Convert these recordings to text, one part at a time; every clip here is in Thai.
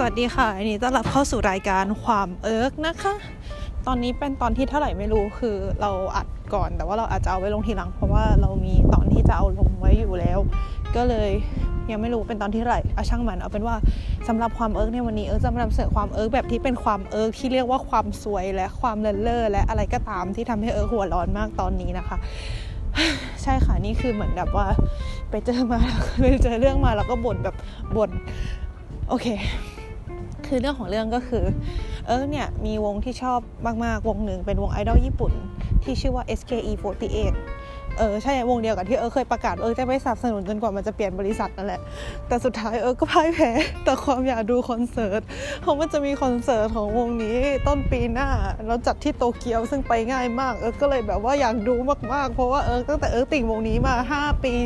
วัสดีค่ะอันนี้ต้อนรับเข้าสู่รายการความเอิร์กนะคะตอนนี้เป็นตอนที่เท่าไหร่ไม่รู้คือเราอัดก่อนแต่ว่าเราอาจจะเอาไว้ลงทีหลังเพราะว่าเรามีตอนที่จะเอาลงไว้อยู่แล้วก็เลยยังไม่รู้เป็นตอนที่เท่าไหร่ช่างมันเอาเป็นว่าสำหรับความเอิร์กในวันนี้จะมานำเสนอความเอิร์กแบบที่เป็นความเอิร์กที่เรียกว่าความสวยและความเลิศเลอและอะไรก็ตามที่ทำให้เอิร์กหัวร้อนมากตอนนี้นะคะใช่ค่ะนี่คือเหมือนแบบว่าไปเจอเรื่องมาแล้วก็บ่นโอเคคือเรื่องของเรื่องก็คือเนี่ยมีวงที่ชอบมากๆวงหนึ่งเป็นวงไอดอลญี่ปุ่นที่ชื่อว่า SKE48 ใช่วงเดียวกับที่เคยประกาศจะไม่สนับสนุนจนกว่ามันจะเปลี่ยนบริษัทนั่นแหละแต่สุดท้ายก็พ่ายแพ้แต่ความอยากดูคอนเสิร์ตเพราะมันจะมีคอนเสิร์ตของวงนี้ต้นปีหน้าเราจัดที่โตเกียวซึ่งไปง่ายมากก็เลยแบบว่าอยากดูมากๆเพราะว่าตั้งแต่ติ่งวงนี้มา5ปี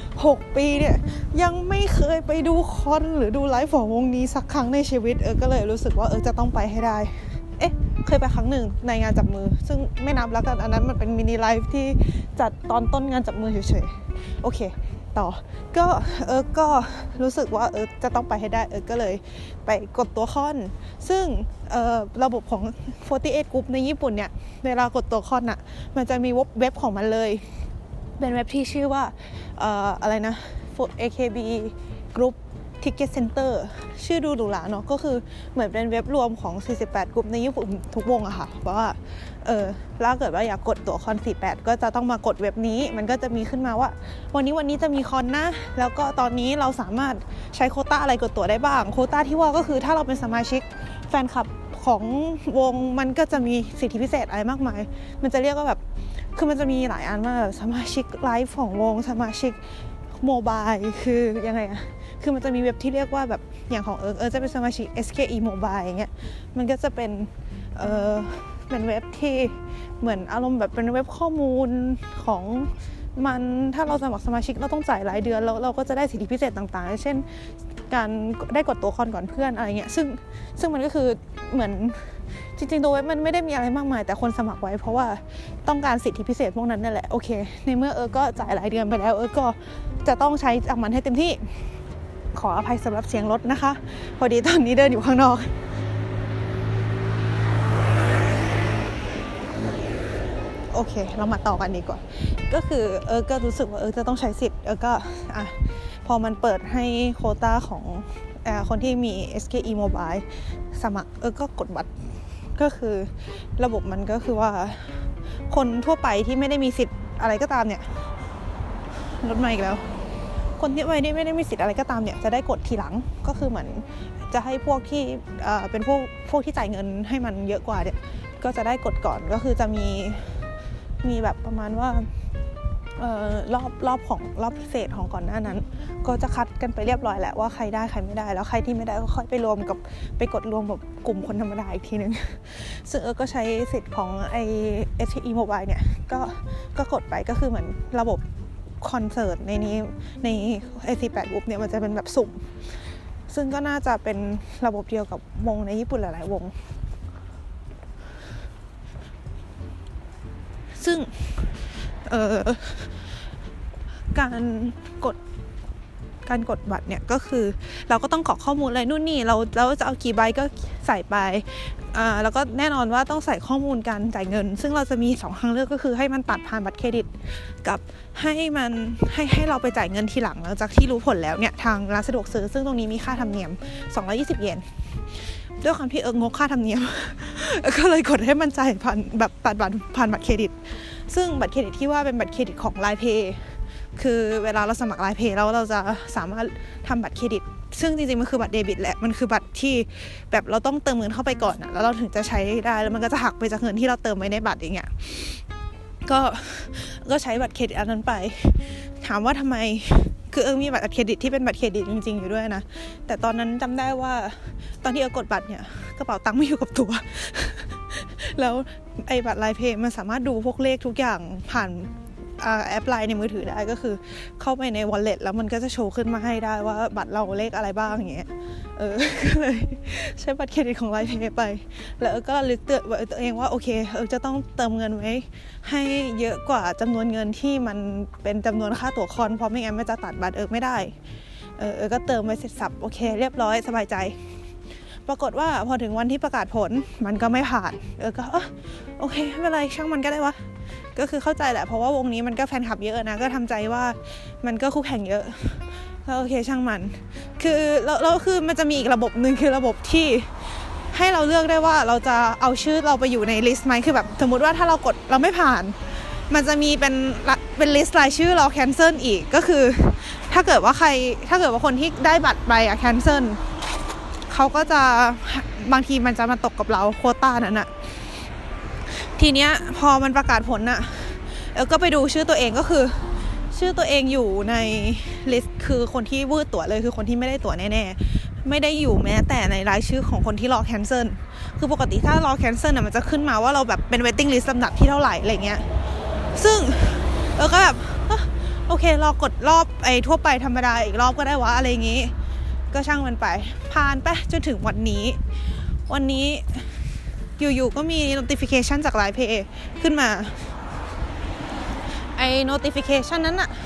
6ปีเนี่ยยังไม่เคยไปดูคอนหรือดูไลฟ์ของวงนี้สักครั้งในชีวิตก็เลยรู้สึกว่าจะต้องไปให้ได้เคยไปครั้งหนึ่งในงานจับมือซึ่งไม่นับแล้วกันอันนั้นมันเป็นมินิไลฟ์ที่จัดตอนต้นงานจับมือเฉยๆโอเคต่อก็รู้สึกว่าจะต้องไปให้ได้ก็เลยไปกดตัวคอนซึ่งระบบของ48 Group ในญี่ปุ่นเนี่ยเวลากดตัวคอนอ่ะมันจะมีเว็บของมันเลยเป็นเว็บที่ชื่อว่าอะไรนะ AKB Group Ticket Center ชื่อดูหรูหราเนาะก็คือเหมือนเป็นเว็บรวมของ48 กลุ่มในญี่ปุ่นทุกวงอะค่ะเพราะว่าแล้วเกิดว่าอยากกดตั๋วคอน48ก็จะต้องมากดเว็บนี้มันก็จะมีขึ้นมาว่าวันนี้จะมีคอนนะแล้วก็ตอนนี้เราสามารถใช้โควต้าอะไรกดตั๋วได้บ้างโควต้าที่ว่าก็คือถ้าเราเป็นสมาชิกแฟนคลับของวงมันก็จะมีสิทธิพิเศษอะไรมากมายมันจะเรียกว่าแบบคือมันจะมีหลายอันมากสมาชิกไลฟ์ของวงสมาชิกโมบายคือยังไงอะคือมันจะมีเว็บที่เรียกว่าแบบอย่างของจะเป็นสมาชิก SKE Mobile อย่างเงี้ยมันก็จะเป็นเป็นเว็บที่เหมือนอารมณ์แบบเป็นเว็บข้อมูลของมันถ้าเราสมัครสมาชิกเราต้องจ่ายรายเดือนแล้วเราก็จะได้สิทธิพิเศษต่างๆเช่นการได้กดตัวคอนก่อนเพื่อนอะไรเงี้ยซึ่งมันก็คือเหมือนจริงๆตัวเว็บมันไม่ได้มีอะไรมากมายแต่คนสมัครไว้เพราะว่าต้องการสิทธิพิเศษพวกนั้นนั่นแหละโอเคในเมื่อก็จ่ายรายเดือนไปแล้วก็จะต้องใช้จากมันให้เต็มที่ขออภัยสำหรับเสียงรถนะคะพอดีตอนนี้เดินอยู่ข้างนอกโอเคเรามาต่อกันดีกว่าก็คือก็รู้สึกว่าจะต้องใช้สิทธิ์ก็พอมันเปิดให้โควต้าของคนที่มี SKE Mobile สมัครก็กดบัตรก็คือระบบมันก็คือว่าคนทั่วไปที่ไม่ได้มีสิทธิ์อะไรก็ตามเนี่ยรถมาอีกแล้วคนที่ไม่ได้มีสิทธิ์อะไรก็ตามเนี่ยจะได้กดทีหลังก็คือเหมือนจะให้พวกที่เป็นพวกที่จ่ายเงินให้มันเยอะกว่าเนี่ยก็จะได้กดก่อนก็คือจะมีแบบประมาณว่ารอบพิเศษของก่อนหน้านั้นก็จะคัดกันไปเรียบร้อยแล้วว่าใครได้ใครไม่ได้แล้วใครที่ไม่ได้ก็ค่อยไปกดรวมแบบกลุ่มคนธรรมดาอีกทีนึงซึ่งก็ใช้สิทธิ์ของไอ้ SKE Mobile เนี่ยก็กดไปก็คือเหมือนระบบคอนเสิร์ตในนี้ใน 48 Group เนี่ยมันจะเป็นแบบสุ่มซึ่งก็น่าจะเป็นระบบเดียวกับวงในญี่ปุ่นหลายๆวงซึ่งการกดบัตรเนี่ยก็คือเราก็ต้องกรอกข้อมูลอะไรนู่นนี่เราจะเอากี่ใบก็ใส่ไปแล้วก็แน่นอนว่าต้องใส่ข้อมูลการจ่ายเงินซึ่งเราจะมี2ทางเลือกก็คือให้มันตัดผ่านบัตรเครดิตกับให้มันให้เราไปจ่ายเงินทีหลังหลังจากที่รู้ผลแล้วเนี่ยทางร้านสะดวกซื้อซึ่งตรงนี้มีค่าธรรมเนียม220 เยนด้วยความที่งกค่าธรรมเนียม ก็เลยกดให้มันจ่ายผ่านแบบตัดบัตรผ่านบัตรเครดิตซึ่งบัตรเครดิตที่ว่าเป็นบัตรเครดิตของ LINE Pay คือเวลาเราสมัคร LINE Pay แล้วเราจะสามารถทำบัตรเครดิตซึ่งจริงๆมันคือบัตรเดบิตแหละมันคือบัตรที่แบบเราต้องเติมเงินเข้าไปก่อนแล้วเราถึงจะใช้ได้แล้วมันก็จะหักไปจากเงินที่เราเติมไว้ในบัตรอย่างเงี้ยก็ใช้บัตรเครดิตอันนั้นไปถามว่าทำไมคือมีบัตรเครดิตที่เป็นบัตรเครดิตจริงๆอยู่ด้วยนะแต่ตอนนั้นจำได้ว่าตอนที่กดบัตรเนี่ยกระเป๋าตังค์ไม่อยู่กับตัวแล้วไอ้บัตร LINE Pay มันสามารถดูพวกเลขทุกอย่างผ่านแอป LINE ในมือถือได้ก็คือเข้าไปใน wallet แล้วมันก็จะโชว์ขึ้นมาให้ได้ว่าบัตรเราเลขอะไรบ้างอย่างเงี้ยก็เลยใช้บัตรเครดิตของ LINE Pay ไปแล้วก็ลึกเตือนตัวเองว่าโอเคจะต้องเติมเงินไว้ให้เยอะกว่าจำนวนเงินที่มันเป็นจำนวนค่าตั๋วคอนเพราะไม่งั้นมันจะตัดบัตรไม่ได้ก็เติมไว้เสร็จสับโอเคเรียบร้อยสบายใจปรากฏว่าพอถึงวันที่ประกาศผลมันก็ไม่ผ่านก็โอเคไม่เป็นไรช่างมันก็ได้วะก็คือเข้าใจแหละเพราะว่าวงนี้มันก็แฟนคลับเยอะนะก็ทำใจว่ามันก็คู่แข่งเยอะก็โอเคช่างมันคือเราคือมันจะมีอีกระบบนึงคือระบบที่ให้เราเลือกได้ว่าเราจะเอาชื่อเราไปอยู่ในลิสต์ไหมคือแบบสมมติว่าถ้าเรากดเราไม่ผ่านมันจะมีเป็นลิสต์รายชื่อเราแคนเซิลอีกก็คือถ้าเกิดว่าคนที่ได้บัตรไปแคนเซิลเขาก็จะบางทีมันจะมาตกกับเราโควต้านั้นอะทีเนี้ยพอมันประกาศผลอะก็ไปดูชื่อตัวเองก็คือชื่อตัวเองอยู่ในลิสต์คือคนที่วืดตั๋วเลยคือคนที่ไม่ได้ตั๋วแน่ๆไม่ได้อยู่แม้แต่ในรายชื่อของคนที่รอแคนเซิลคือปกติถ้ารอแคนเซิลมันจะขึ้นมาว่าเราแบบเป็น waiting list ลำดับที่เท่าไหร่อะไรเงี้ยซึ่งก็แบบโอเครอกดรอบทั่วไปธรรมดาอีกรอบก็ได้วะอะไรอย่างงี้ก็ช่างมันไปผ่านไปจนถึงวันนี้อยู่ๆก็มี notification จาก Line Pay ขึ้นมาnotification นั้นอะ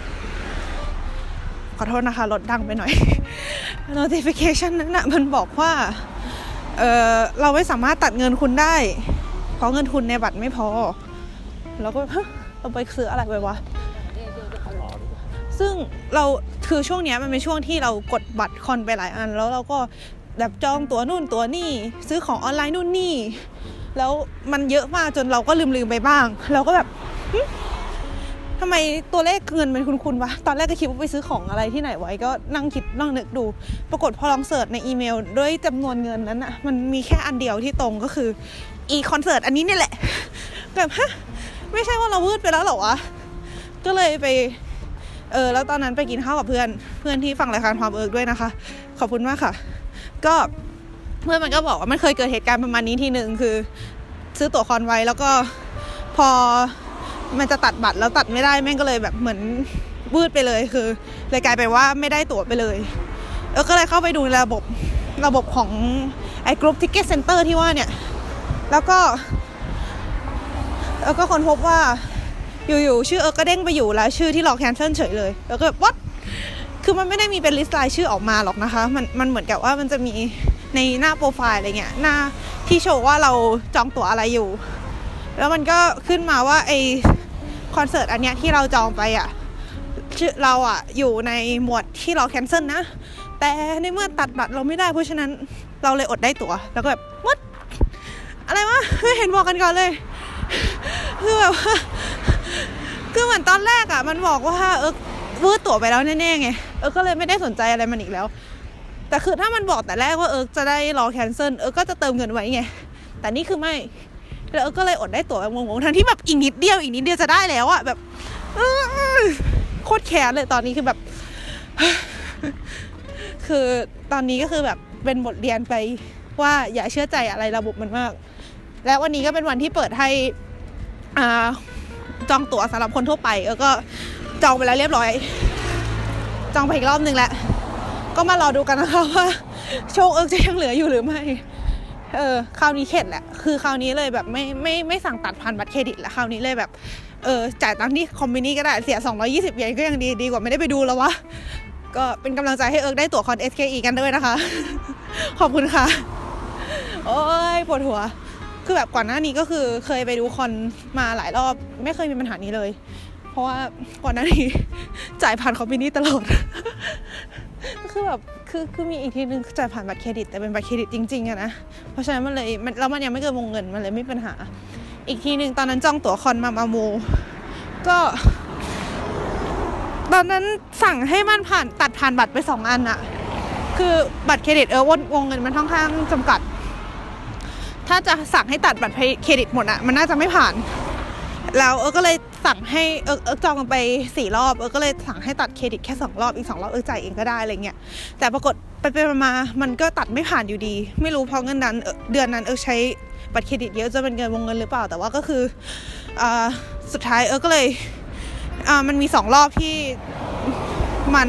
ขอโทษนะคะรถดังไปหน่อย notification นั้นอะมันบอกว่าเราไม่สามารถตัดเงินคุณได้เพราะเงินทุนในบัตรไม่พอแล้วก็เราไปซื้ออะไรไปวะซึ่งเราคือช่วงนี้มันเป็นช่วงที่เรากดบัตรคอนไปหลายอันแล้วเราก็แบบจองตั๋วนู่นตั๋วนี่ซื้อของออนไลน์นู่นนี่แล้วมันเยอะมากจนเราก็ลืมไปบ้างเราก็แบบทำไมตัวเลขเงินมันคุ้นๆวะตอนแรกก็คิดว่าไปซื้อของอะไรที่ไหนไว้ก็นั่งคิดนั่งนึกดูปรากฏพอลองเสิร์ชในอีเมลด้วยจำนวนเงินนั้นอ่ะมันมีแค่อันเดียวที่ตรงก็คือคอนเสิร์ตอันนี้นี่แหละแบบไม่ใช่ว่าเราวืดไปแล้วหรอวะก็เลยไปแล้วตอนนั้นไปกินข้าวกับเพื่อนที่ฟังรายการความด้วยนะคะขอบคุณมากค่ะก็เพื่อนมันก็บอกว่ามันเคยเกิดเหตุการณ์ประมาณนี้ทีนึงคือซื้อตั๋วคอนไว้แล้วก็พอมันจะตัดบัตรแล้วตัดไม่ได้แม่งก็เลยแบบเหมือนวืดไปเลยคือเลยกลายเป็นว่าไม่ได้ตั๋วไปเลยก็เลยเข้าไปดูระบบของกรุ๊ปทิกเก็ตเซ็นเตอร์ที่ว่าเนี่ยแล้วก็คนพบว่าอยู่ชื่อก็เด้งไปอยู่แล้วชื่อที่รอแคนเซิลเฉยเลยแล้วก็วัดคือมันไม่ได้มีเป็นลิสต์รายชื่อออกมาหรอกนะคะมันเหมือนกับว่ามันจะมีในหน้าโปรไฟล์อะไรเงี้ยหน้าที่โชว์ว่าเราจองตั๋วอะไรอยู่แล้วมันก็ขึ้นมาว่าคอนเสิร์ตอันเนี้ยที่เราจองไปชื่อเราอยู่ในหมวดที่เราแคนเซิลนะแต่ในเมื่อตัดบัตรเราไม่ได้เพราะฉะนั้นเราเลยอดได้ตั๋วแล้วก็แบบวัดอะไรวะไม่เห็นบอกกันก่อนเลยคือแบบคือเหมือนตอนแรกมันบอกว่าวืดตั๋วไปแล้วแน่ๆไงก็เลยไม่ได้สนใจอะไรมันอีกแล้วแต่คือถ้ามันบอกแต่แรกว่าจะได้รอแคนเซิลก็จะเติมเงินไว้ไงแต่นี่คือไม่แล้วก็เลยอดได้ตั๋วงงๆทั้งที่แบบอีกนิดเดียวจะได้แล้วแบบโคตรแค้นเลยตอนนี้คือแบบคือตอนนี้ก็คือแบบเป็นบทเรียนไปว่าอย่าเชื่อใจอะไรระบบมันมากและวันนี้ก็เป็นวันที่เปิดให้จองตั๋วสำหรับคนทั่วไปก็จองไปแล้วเรียบร้อยจองไปอีกรอบนึงแหละก็มารอดูกันนะคะว่าโชคจะยังเหลืออยู่หรือไม่คราวนี้เข็ดแหละคือคราวนี้เลยแบบไม่สั่งตัดผ่านบัตรเครดิตแล้วคราวนี้เลยแบบจ่ายตังค์ที่คอมบินี่ก็ได้เสีย220 เยนก็ยังดีกว่าไม่ได้ไปดูแล้ววะก็เป็นกำลังใจให้ได้ตั๋วคอน SKE กันด้วยนะคะ ขอบคุณค่ะโอ้ยปวดหัวคือแบบก่อนหน้านี้ก็คือเคยไปดูคอนมาหลายรอบไม่เคยมีปัญหานี้เลยเพราะว่าก่อนหน้านี้จ่ายผ่านคอมบินี่ตลอดก็คือแบบคือมีอีกทีนึงจ่ายผ่านบัตรเครดิตแต่เป็นบัตรเครดิตจริงๆนะเพราะฉะนั้นแล้วมันยังไม่เกินวงเงินมันเลยไม่มีปัญหาอีกทีนึงตอนนั้นจองตั๋วคอนมาโมก็ตอนนั้นสั่งให้มันตัดผ่านบัตรไป2 อันคือบัตรเครดิตวงเงินมันค่อนข้างจำกัดถ้าจะสั่งให้ตัดบัตรเครดิตหมดมันน่าจะไม่ผ่านแล้วก็เลยสั่งให้จองกันไป4 รอบก็เลยสั่งให้ตัดเครดิตแค่2 รอบอีก2 รอบจ่ายเองก็ได้อะไรเงี้ยแต่ปรากฏไปมามันก็ตัดไม่ผ่านอยู่ดีไม่รู้เพราะเงินนั้นเดือนนั้นใช้บัตรเครดิตเยอะจะเป็นเกินวงเงินหรือเปล่าแต่ว่าก็คือสุดท้ายก็เลยมันมี2 รอบที่มัน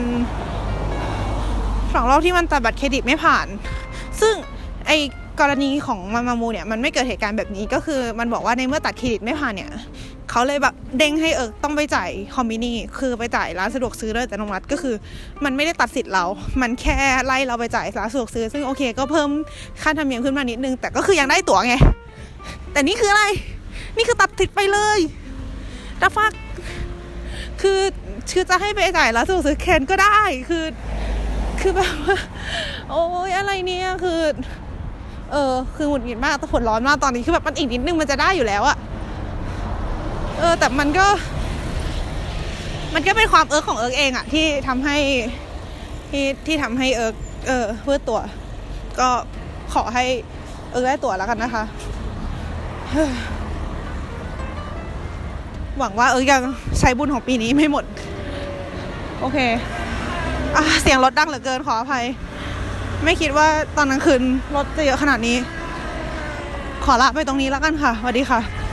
ตัดบัตรเครดิตไม่ผ่านซึ่งกรณีของมามูเนี่ยมันไม่เกิดเหตุการณ์แบบนี้ก็คือมันบอกว่าในเมื่อตัดเครดิตไม่ผ่านเนี่ยเขาเลยแบบเด้งให้ต้องไปจ่ายคอมมินี่คือไปจ่ายร้านสะดวกซื้อโดยอัตโนมัติก็คือมันไม่ได้ตัดสิทธิ์เรามันแค่ไล่เราไปจ่ายร้านสะดวกซื้อซึ่งโอเคก็เพิ่มค่าธรรมเนียมขึ้นมานิดนึงแต่ก็คือยังได้ตั๋วไงแต่นี่คืออะไรนี่คือตัดสิทธิ์ไปเลยดัฟฟักคือจะให้ไปจ่ายร้านสะดวกซื้อแคนก็ได้คือแบบว่าโอ้ยอะไรเนี่ยคือหงุดหงิดมากแต่ฝนร้อนมากตอนนี้คือแบบมันอีกนิดนึงมันจะได้อยู่แล้วอะแต่มันก็เป็นความของเองอะที่ทำให้ที่ทำให้เพื่อตัวก็ขอให้ได้ตัวแล้วกันนะคะหวังว่ายังใช้บุญของปีนี้ไม่หมดโอเคเสียงรถดังเหลือเกินขออภัยไม่คิดว่าตอนกลางคืนรถจะเยอะขนาดนี้ขอลาไปตรงนี้แล้วกันค่ะสวัสดีค่ะ